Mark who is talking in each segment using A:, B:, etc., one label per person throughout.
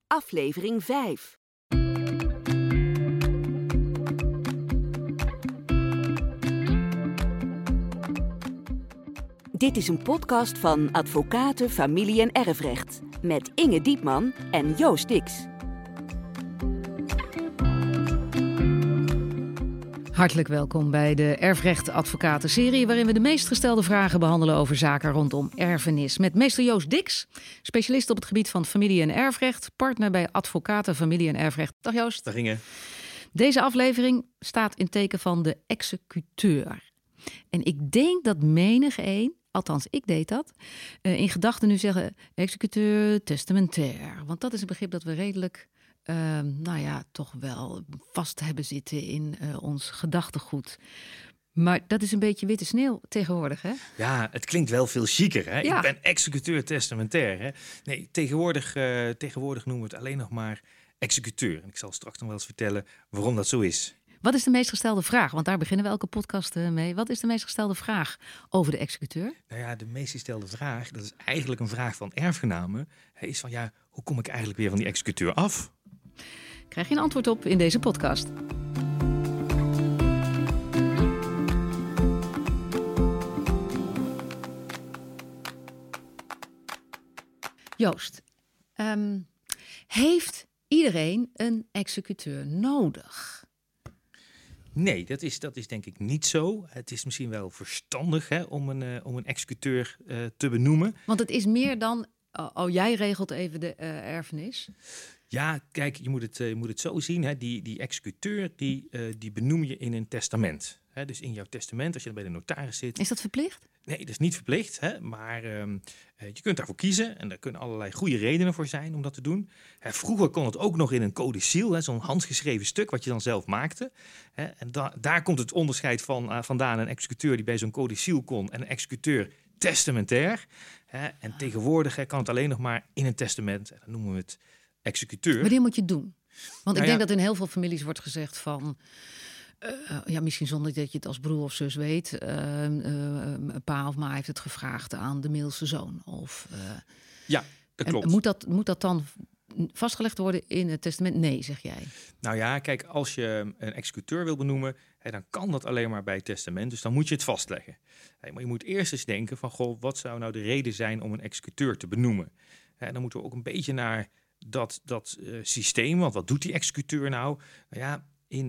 A: aflevering 5. Dit is een podcast van Advocaten, Familie en Erfrecht met Inge Diepman en Joost Dix.
B: Hartelijk welkom bij de Erfrecht Advocaten-serie, waarin we de meest gestelde vragen behandelen over zaken rondom erfenis. Met meester Joost Dix, specialist op het gebied van familie- en erfrecht, partner bij Advocaten, Familie en Erfrecht. Dag Joost.
C: Dag Inge.
B: Deze aflevering staat in teken van de executeur. En ik denk dat menigeen, althans ik deed dat, in gedachten nu zeggen executeur, testamentair. Want dat is een begrip dat we redelijk toch wel vast hebben zitten in ons gedachtegoed. Maar dat is een beetje witte sneeuw tegenwoordig, hè?
C: Ja, het klinkt wel veel chiquer, hè?
B: Ja.
C: Ik ben executeur testamentair, hè? Nee, tegenwoordig noemen we het alleen nog maar executeur. En ik zal straks nog wel eens vertellen waarom dat zo is.
B: Wat is de meest gestelde vraag? Want daar beginnen we elke podcast mee. Wat is de meest gestelde vraag over de executeur?
C: Nou ja, de meest gestelde vraag, dat is eigenlijk een vraag van erfgenamen, is van ja, hoe kom ik eigenlijk weer van die executeur af?
B: Krijg je een antwoord op in deze podcast. Joost, heeft iedereen een executeur nodig?
C: Nee, dat is denk ik niet zo. Het is misschien wel verstandig om een executeur te benoemen.
B: Want het is meer dan, jij regelt even de erfenis.
C: Ja, kijk, je moet het zo zien. Hè. Die executeur die benoem je in een testament. Hè. Dus in jouw testament, als je bij de notaris zit.
B: Is dat verplicht?
C: Nee, dat is niet verplicht. Hè. Maar je kunt daarvoor kiezen. En daar kunnen allerlei goede redenen voor zijn om dat te doen. Vroeger kon het ook nog in een codicil. Zo'n handgeschreven stuk wat je dan zelf maakte. Hè. En daar komt het onderscheid vandaan. Een executeur die bij zo'n codicil kon. En een executeur testamentair. Hè. En tegenwoordig kan het alleen nog maar in een testament. En dan noemen we het executeur.
B: Wanneer moet je het doen? Want ik
C: Nou
B: denk dat in heel veel families wordt gezegd van, misschien zonder dat je het als broer of zus weet, pa of ma heeft het gevraagd aan de middelste zoon.
C: Ja, dat klopt.
B: Moet dat dan vastgelegd worden in het testament? Nee, zeg jij.
C: Nou ja, kijk, als je een executeur wil benoemen, dan kan dat alleen maar bij het testament. Dus dan moet je het vastleggen. Maar je moet eerst eens denken van, goh, wat zou nou de reden zijn om een executeur te benoemen? Dan moeten we ook een beetje naar dat systeem, want wat doet die executeur nou? Nou ja,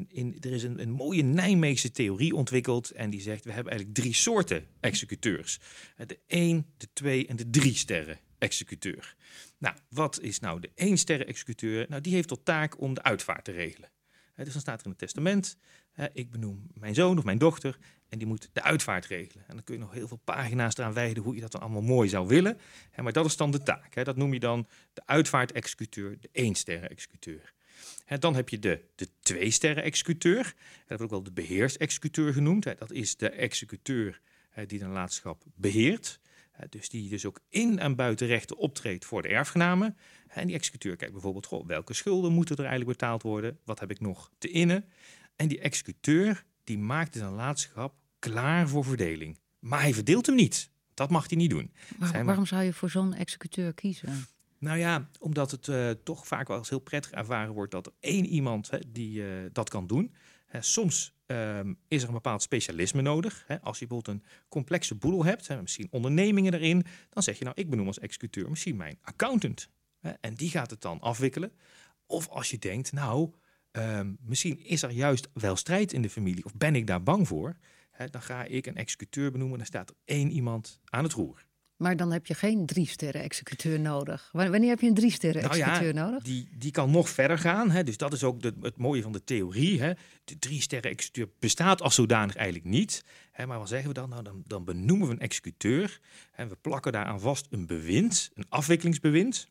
C: er is een mooie Nijmeegse theorie ontwikkeld en die zegt, we hebben eigenlijk 3 soorten executeurs. De 1, de 2 en de 3 sterren executeur. Nou, wat is nou de 1 sterren executeur? Nou, die heeft tot taak om de uitvaart te regelen. Dus dan staat er in het testament, ik benoem mijn zoon of mijn dochter en die moet de uitvaart regelen. En dan kun je nog heel veel pagina's eraan wijden hoe je dat dan allemaal mooi zou willen. Maar dat is dan de taak. Dat noem je dan de uitvaart-executeur, de 1 sterren executeur. Dan heb je de 2 sterren executeur. Dat wordt ook wel de beheersexecuteur genoemd. Dat is de executeur die de nalatenschap beheert. Dus die dus ook in en buiten rechten optreedt voor de erfgenamen. En die executeur kijkt bijvoorbeeld, welke schulden moeten er eigenlijk betaald worden? Wat heb ik nog te innen? En die executeur die maakt de nalatenschap klaar voor verdeling. Maar hij verdeelt hem niet. Dat mag hij niet doen.
B: Waarom zou je voor zo'n executeur kiezen?
C: Nou ja, omdat het toch vaak wel eens heel prettig ervaren wordt dat er 1 iemand die dat kan doen. Soms is er een bepaald specialisme nodig. Als je bijvoorbeeld een complexe boedel hebt, misschien ondernemingen erin, dan zeg je nou, ik benoem als executeur misschien mijn accountant. En die gaat het dan afwikkelen. Of als je denkt, nou, misschien is er juist wel strijd in de familie of ben ik daar bang voor, dan ga ik een executeur benoemen en dan staat er 1 iemand aan het roer.
B: Maar dan heb je geen 3 sterren executeur nodig. Wanneer heb je een 3 sterren executeur nodig?
C: Die kan nog verder gaan. Dus dat is ook het mooie van de theorie. De 3 sterren executeur bestaat als zodanig eigenlijk niet. Maar wat zeggen we dan? Nou, dan benoemen we een executeur. En we plakken daaraan vast een bewind, een afwikkelingsbewind.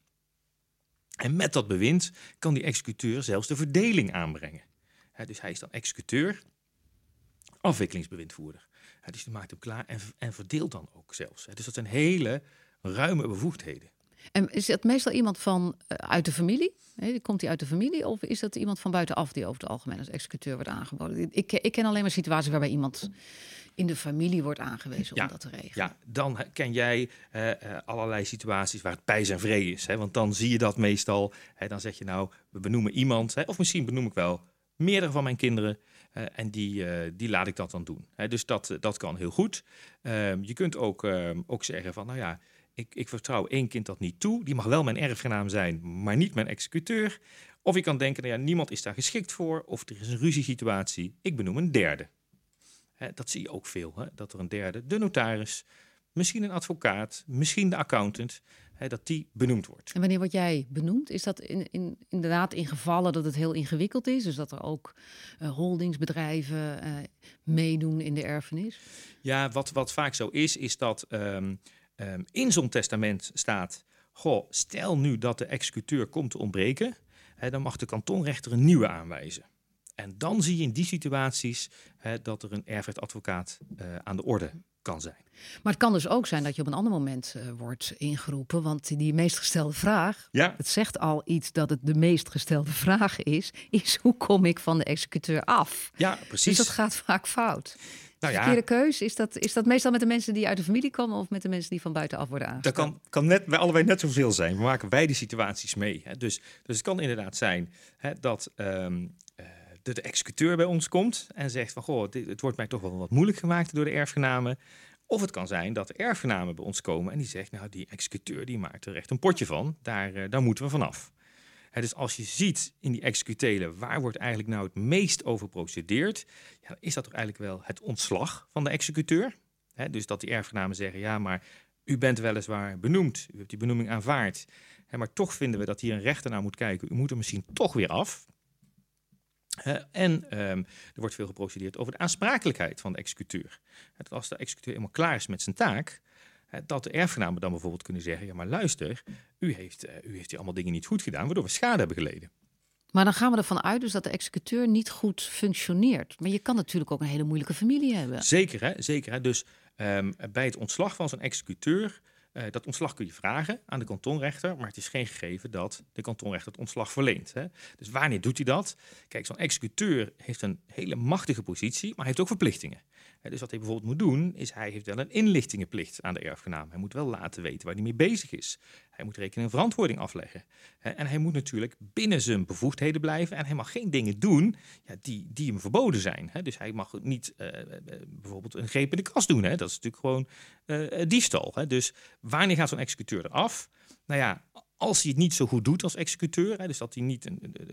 C: En met dat bewind kan die executeur zelfs de verdeling aanbrengen. Dus hij is dan executeur, afwikkelingsbewindvoerder. Dus die maakt hem klaar en verdeelt dan ook zelfs. Dus dat zijn hele ruime bevoegdheden.
B: En is dat meestal iemand van uit de familie? Komt hij uit de familie? Of is dat iemand van buitenaf die over het algemeen als executeur wordt aangeboden? Ik ken alleen maar situaties waarbij iemand in de familie wordt aangewezen om dat te regelen.
C: Ja, dan ken jij allerlei situaties waar het pijs en vree is. Hè? Want dan zie je dat meestal. Hè? Dan zeg je nou, we benoemen iemand. Hè? Of misschien benoem ik wel meerdere van mijn kinderen. En die laat ik dat dan doen. Hè? Dus dat kan heel goed. Je kunt ook zeggen van, nou ja, ik vertrouw 1 kind dat niet toe. Die mag wel mijn erfgenaam zijn, maar niet mijn executeur. Of je kan denken, nou ja, niemand is daar geschikt voor. Of er is een ruziesituatie. Ik benoem een derde. Dat zie je ook veel. Hè? Dat er een derde, de notaris, misschien een advocaat, misschien de accountant, dat die benoemd wordt.
B: En wanneer word jij benoemd? Is dat inderdaad in gevallen dat het heel ingewikkeld is? Dus dat er ook holdingsbedrijven meedoen in de erfenis?
C: Ja, wat vaak zo is dat in zo'n testament staat, goh, stel nu dat de executeur komt te ontbreken, dan mag de kantonrechter een nieuwe aanwijzen. En dan zie je in die situaties dat er een erfrechtadvocaat aan de orde kan zijn.
B: Maar het kan dus ook zijn dat je op een ander moment wordt ingeroepen. Want die meest gestelde vraag, het zegt al iets dat het de meest gestelde vraag is hoe kom ik van de executeur af?
C: Ja, precies.
B: Dus dat gaat vaak fout.
C: Nou ja,
B: verkeerde keus, is dat meestal met de mensen die uit de familie komen of met de mensen die van buitenaf worden aangesteld?
C: Dat kan net bij allebei net zoveel zijn. We maken beide situaties mee. Hè. Dus het kan inderdaad zijn dat de executeur bij ons komt en zegt van, goh, het wordt mij toch wel wat moeilijk gemaakt door de erfgenamen. Of het kan zijn dat de erfgenamen bij ons komen en die zegt, nou, die executeur die maakt er echt een potje van. Daar moeten we vanaf. Dus als je ziet in die executelen, waar wordt eigenlijk nou het meest over geprocedeerd, dan is dat toch eigenlijk wel het ontslag van de executeur. Dus dat die erfgenamen zeggen, ja, maar u bent weliswaar benoemd, u hebt die benoeming aanvaard, maar toch vinden we dat hier een rechter naar moet kijken. U moet er misschien toch weer af. Er wordt veel geprocedeerd over de aansprakelijkheid van de executeur. Dat als de executeur helemaal klaar is met zijn taak, dat de erfgenamen dan bijvoorbeeld kunnen zeggen, ja, maar luister, u heeft hier allemaal dingen niet goed gedaan, waardoor we schade hebben geleden.
B: Maar dan gaan we ervan uit dus dat de executeur niet goed functioneert. Maar je kan natuurlijk ook een hele moeilijke familie hebben.
C: Zeker, hè. Dus bij het ontslag van zo'n executeur, dat ontslag kun je vragen aan de kantonrechter, maar het is geen gegeven dat de kantonrechter het ontslag verleent. Hè. Dus wanneer doet hij dat? Kijk, zo'n executeur heeft een hele machtige positie, maar hij heeft ook verplichtingen. Dus wat hij bijvoorbeeld moet doen, is hij heeft wel een inlichtingenplicht aan de erfgenaam. Hij moet wel laten weten waar hij mee bezig is. Hij moet rekening en verantwoording afleggen. En hij moet natuurlijk binnen zijn bevoegdheden blijven. En hij mag geen dingen doen die hem verboden zijn. Dus hij mag niet bijvoorbeeld een greep in de kast doen. Dat is natuurlijk gewoon diefstal. Dus wanneer gaat zo'n executeur eraf? Nou ja, als hij het niet zo goed doet als executeur, dus dat hij niet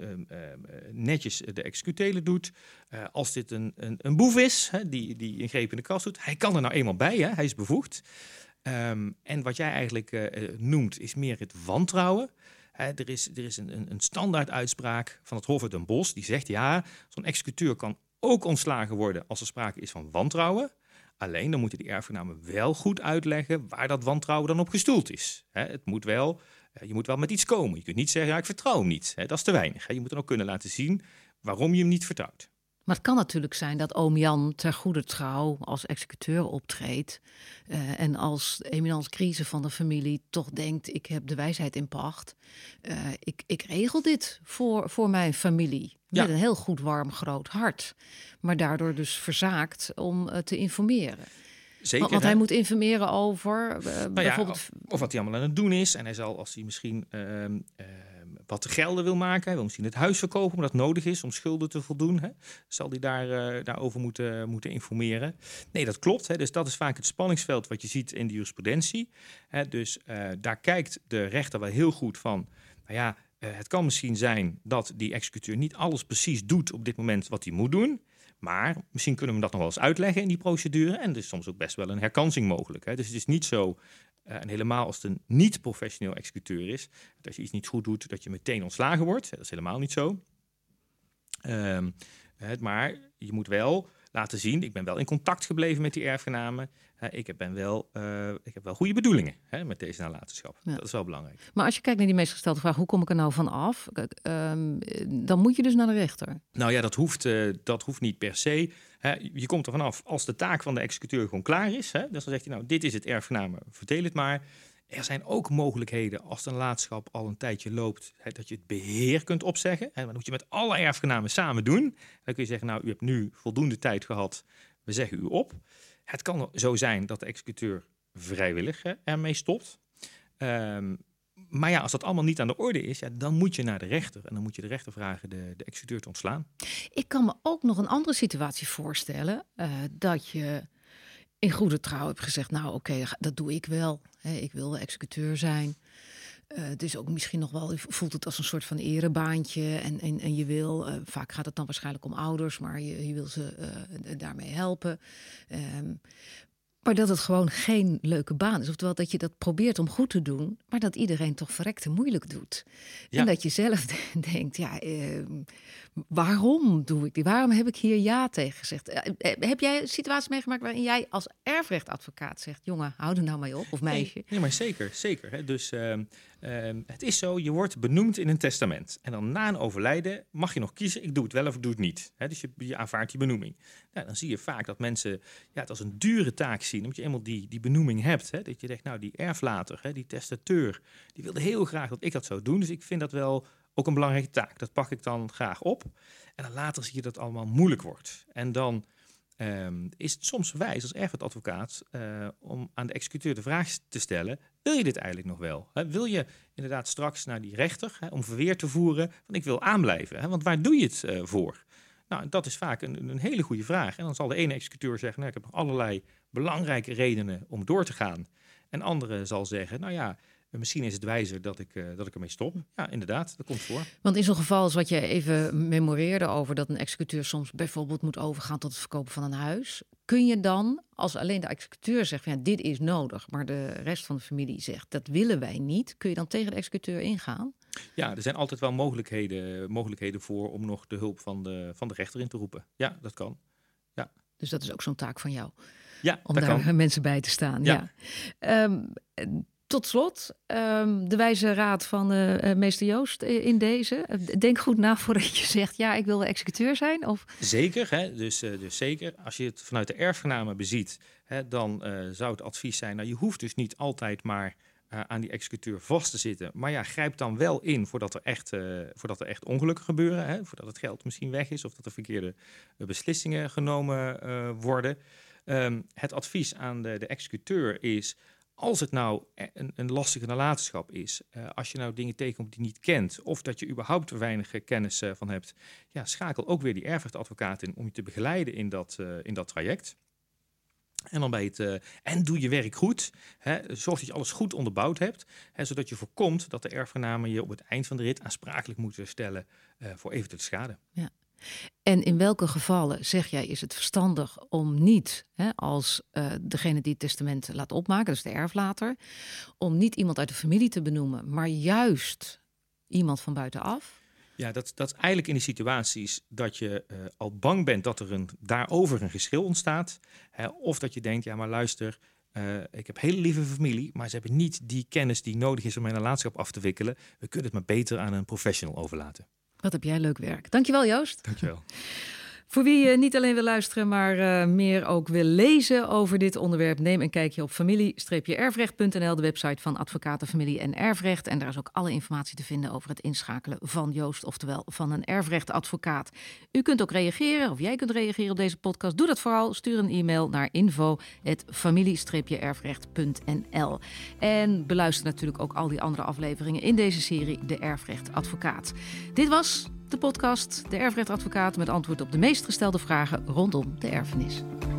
C: netjes de executelen doet. Als dit een boef is, die een greep in de kast doet, hij kan er nou eenmaal bij, hij is bevoegd. En wat jij eigenlijk noemt, is meer het wantrouwen. Er is een standaard uitspraak van het Hof uit Den Bosch, die zegt, ja, zo'n executeur kan ook ontslagen worden als er sprake is van wantrouwen. Alleen dan moeten die erfgenamen wel goed uitleggen waar dat wantrouwen dan op gestoeld is. Je moet wel met iets komen. Je kunt niet zeggen, ja, ik vertrouw hem niet. Dat is te weinig. Je moet dan ook kunnen laten zien waarom je hem niet vertrouwt.
B: Maar het kan natuurlijk zijn dat oom Jan ter goede trouw als executeur optreedt. En als eminence crisis van de familie toch denkt, ik heb de wijsheid in pacht. Ik regel dit voor mijn familie. Met een heel goed, warm, groot hart. Maar daardoor dus verzaakt om te informeren.
C: Zeker,
B: want hij moet informeren over bijvoorbeeld...
C: Of wat hij allemaal aan het doen is. En hij zal, als hij misschien wat te gelden wil maken, hij wil misschien het huis verkopen, omdat dat nodig is om schulden te voldoen, zal hij daarover moeten informeren. Nee, dat klopt. Dus dat is vaak het spanningsveld wat je ziet in de jurisprudentie. Dus daar kijkt de rechter wel heel goed van, het kan misschien zijn dat die executeur niet alles precies doet op dit moment wat hij moet doen. Maar misschien kunnen we dat nog wel eens uitleggen in die procedure. En er is soms ook best wel een herkansing mogelijk. Dus het is niet zo, en helemaal als het een niet-professioneel executeur is, dat als je iets niet goed doet, dat je meteen ontslagen wordt. Dat is helemaal niet zo. Maar je moet wel laten zien, ik ben wel in contact gebleven met die erfgenamen. Ik heb wel goede bedoelingen met deze nalatenschap. Ja. Dat is wel belangrijk.
B: Maar als je kijkt naar die meest gestelde vraag, hoe kom ik er nou van af? Dan moet je dus naar de rechter.
C: Nou ja, dat hoeft niet per se. Je komt er vanaf als de taak van de executeur gewoon klaar is. Dus dan zegt hij, nou, dit is het erfgenamen, verdeel het maar. Er zijn ook mogelijkheden als de nalatenschap al een tijdje loopt, dat je het beheer kunt opzeggen. Dat moet je met alle erfgenamen samen doen. Dan kun je zeggen, nou, u hebt nu voldoende tijd gehad, we zeggen u op. Het kan zo zijn dat de executeur vrijwillig ermee stopt. Maar ja, als dat allemaal niet aan de orde is, dan moet je naar de rechter. En dan moet je de rechter vragen de executeur te ontslaan.
B: Ik kan me ook nog een andere situatie voorstellen. Dat je in goede trouw hebt gezegd, nou oké, dat doe ik wel. Ik wil executeur zijn. Het is ook misschien nog wel, je voelt het als een soort van erebaantje. En je wil, vaak gaat het dan waarschijnlijk om ouders, maar je wil ze daarmee helpen. Maar dat het gewoon geen leuke baan is. Oftewel dat je dat probeert om goed te doen, maar dat iedereen toch verrekte moeilijk doet. Ja. En dat je zelf denkt, waarom doe ik dit? Waarom heb ik hier ja tegen gezegd? Heb jij een situatie meegemaakt waarin jij als erfrechtadvocaat zegt, jongen, hou er nou mee op, of meisje?
C: Nee, maar zeker. Hè. Dus het is zo, je wordt benoemd in een testament. En dan na een overlijden mag je nog kiezen, ik doe het wel of ik doe het niet. Hè. Dus je aanvaardt die benoeming. Nou, dan zie je vaak dat mensen het als een dure taak zien, omdat je eenmaal die benoeming hebt. Hè. Dat je denkt, nou, die erflater, hè, die testateur, die wilde heel graag dat ik dat zou doen. Dus ik vind dat wel ook een belangrijke taak. Dat pak ik dan graag op. En dan later zie je dat het allemaal moeilijk wordt. En dan is het soms wijs als erfrechtadvocaat om aan de executeur de vraag te stellen, wil je dit eigenlijk nog wel? Wil je inderdaad straks naar die rechter om verweer te voeren van ik wil aanblijven? Want waar doe je het voor? Nou, dat is vaak een hele goede vraag. En dan zal de ene executeur zeggen, nou, ik heb nog allerlei belangrijke redenen om door te gaan. En andere zal zeggen, nou ja, misschien is het wijzer dat ik ermee stop. Ja, inderdaad, dat komt voor.
B: Want in zo'n geval als wat je even memoreerde over dat een executeur soms bijvoorbeeld moet overgaan tot het verkopen van een huis. Kun je dan, als alleen de executeur zegt, dit is nodig, maar de rest van de familie zegt, dat willen wij niet. Kun je dan tegen de executeur ingaan?
C: Ja, er zijn altijd wel mogelijkheden voor om nog de hulp van de rechter in te roepen. Ja, dat kan. Ja.
B: Dus dat is ook zo'n taak van jou?
C: Ja,
B: om daar kan. Mensen bij te staan. Ja. Tot slot, de wijze raad van meester Joost in deze. Denk goed na voordat je zegt, ja, ik wil executeur zijn. Of?
C: Zeker, hè? Dus zeker. Als je het vanuit de erfgenamen beziet, dan zou het advies zijn, nou, je hoeft dus niet altijd maar aan die executeur vast te zitten. Maar ja, grijp dan wel in voordat er echt ongelukken gebeuren. Hè? Voordat het geld misschien weg is of dat er verkeerde beslissingen genomen worden. Het advies aan de executeur is, als het nou een lastige nalatenschap is, als je nou dingen tegenkomt die je niet kent, of dat je überhaupt weinig kennis van hebt, ja, schakel ook weer die erfrechtadvocaat in om je te begeleiden in dat traject. En dan en doe je werk goed. Zorg dat je alles goed onderbouwd hebt, zodat je voorkomt dat de erfgenamen je op het eind van de rit aansprakelijk moeten stellen voor eventuele schade.
B: Ja. En in welke gevallen, zeg jij, is het verstandig om niet, als degene die het testament laat opmaken, dus de erflater, om niet iemand uit de familie te benoemen, maar juist iemand van buitenaf?
C: Ja, dat is eigenlijk in die situaties dat je al bang bent dat er daarover een geschil ontstaat. Of dat je denkt, ja, maar luister, ik heb hele lieve familie, maar ze hebben niet die kennis die nodig is om mijn nalatenschap af te wikkelen. We kunnen het maar beter aan een professional overlaten.
B: Wat heb jij leuk werk. Dankjewel, Joost.
C: Dankjewel.
B: Voor wie niet alleen wil luisteren, maar meer ook wil lezen over dit onderwerp, neem een kijkje op familie-erfrecht.nl, de website van Advocaten Familie en Erfrecht. En daar is ook alle informatie te vinden over het inschakelen van Joost, oftewel van een erfrechtadvocaat. U kunt ook reageren, of jij kunt reageren op deze podcast. Doe dat vooral. Stuur een e-mail naar info@familie-erfrecht.nl. En beluister natuurlijk ook al die andere afleveringen in deze serie De Erfrechtadvocaat. Dit was de podcast De Erfrechtadvocaat met antwoord op de meest gestelde vragen rondom de erfenis.